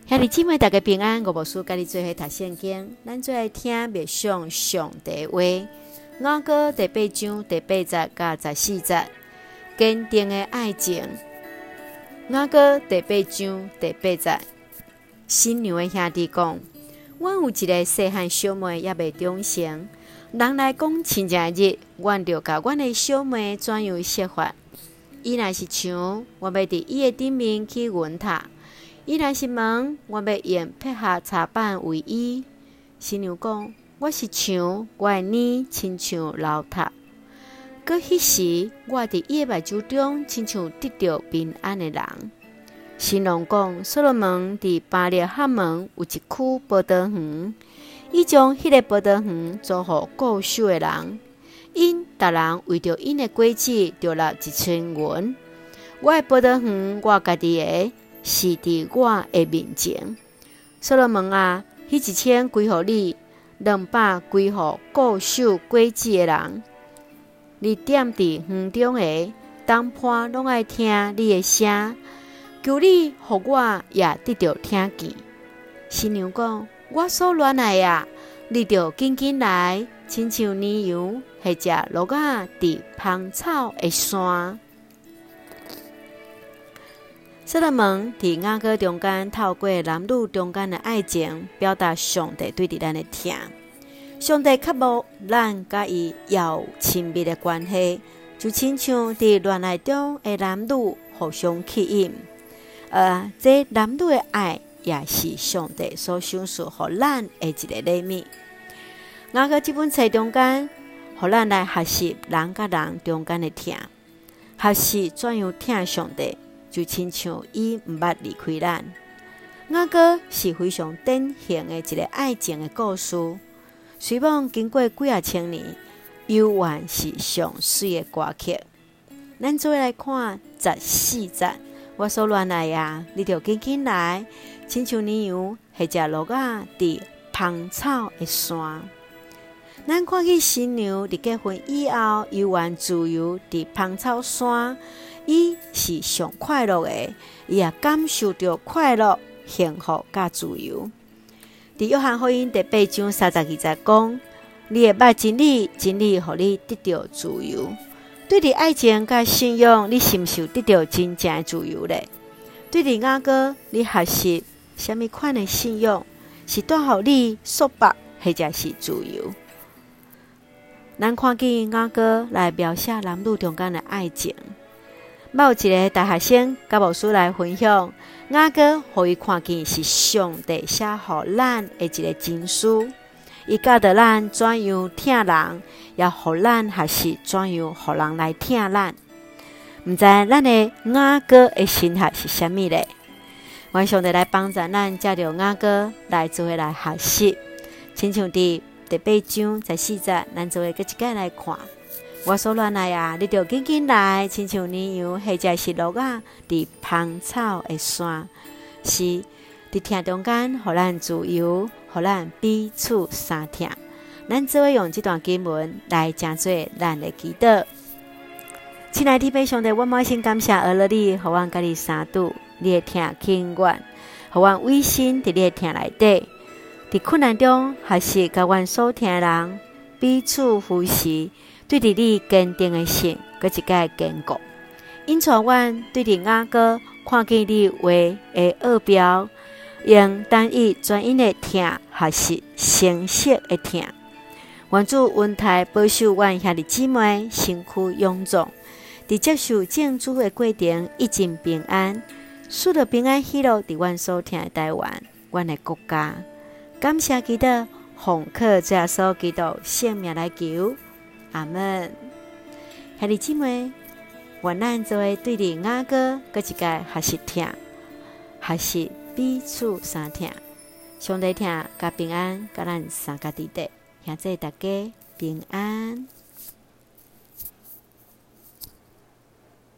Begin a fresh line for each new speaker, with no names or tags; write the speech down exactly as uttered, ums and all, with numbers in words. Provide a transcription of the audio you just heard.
兄弟姊妹大家平安，我无事甲你做伙读圣经，咱做来听默想上帝话。雅歌第八章第八节甲十四节，坚定的爱情。雅歌第八章第八节，新娘的兄弟讲：阮有一个细汉小妹，也未长成。人来讲亲情的日，阮着甲阮的小妹怎样设法？伊若是墙，我要伫伊的顶面去云塔。伊若是门，我要用撇下茶板为伊。新娘讲：我是墙，我的脸亲像楼塔。搁迄时，我伫伊的目睭中，亲像得到平安的人。新郎讲：所罗门伫巴列哈门有一区葡萄园，伊将迄个葡萄园租予固守的人，因逐人为着因的果子，着纳一千银。我的葡萄园，我家己的。是伫我的面前，所罗门啊，迄一千归互你，两百归互固守果子的人。你踮伫园中的，当伴拢爱听你的声，求你互我也得到听见。新娘讲：我所恋爱啊，你着紧紧来，亲像绵羊或者鹿仔伫芳草的山。所罗门伫雅歌中间透过男女中间的爱情，表达上帝对伫咱的疼。上帝渴望咱甲伊有亲密的关系，就亲像伫恋爱中的男女互相吸引。而这男女的爱，也是上帝所赏赐予咱的一个礼物。雅歌这本册中间，互咱来学习人甲人中间的疼，学习怎样疼上帝。就亲像伊毋捌离开咱。雅歌是非常典型的一个爱情的故事。虽望经过几啊千年，犹原是上水的歌曲。咱做来看十四节，我所恋爱啊，你着紧紧来，亲像绵羊或者鹿仔伫芳草的山。咱看见新娘伫结婚以后，犹原自由伫芳草山。伊是上快乐的，伊也感受到快乐、幸福甲自由。伫约翰福音第八章三十二节讲：你会捌真理，真理互你得到自由。对伫爱情甲信仰，你是毋是有得到真正的自由咧？对伫雅歌，你学习什么款的信仰，是带互你束缚，或者是自由？咱看见雅歌来描写男女中间的爱情。某一个大学生甲牧师来分享，雅歌互伊看见是上帝写予咱的一个经书，伊教导咱怎样疼人，也互咱学习怎样互人来疼咱。毋知咱的雅歌的神学是啥物咧？愿上帝来帮助咱，借着雅歌来做伙来学习。亲像伫第八章十四节，咱做伙搁一摆来看。我所恋爱啊，你着紧紧来，亲像绵羊或者是鹿仔伫芳草的山，是伫疼中间，互咱自由，互咱彼此相疼。咱做伙用这段经文来成做咱的祈祷。亲爱的弟兄上帝，我满心感谢而了你，互阮甲你相拄，你的疼轻愿，互阮委身伫你的疼内底，伫困难中学习甲阮所疼的人彼此扶持。对伫你坚定的心，搁一个坚固。因此，阮对伫雅歌看见你话的奥标，用单一专一的听学习成熟的听。愿主恩待保守阮兄弟姊妹身躯臃肿，伫接受正主的过程一尽平安，使得平安喜乐伫阮所听的台湾，阮的国家。感谢基督，奉靠主耶稣基督性命来求。阿们，兄弟姊妹，愿咱做伙对伫雅歌，搁一个学习听，学习彼此相听，上帝听甲平安，甲咱三家弟弟，现在大家平安。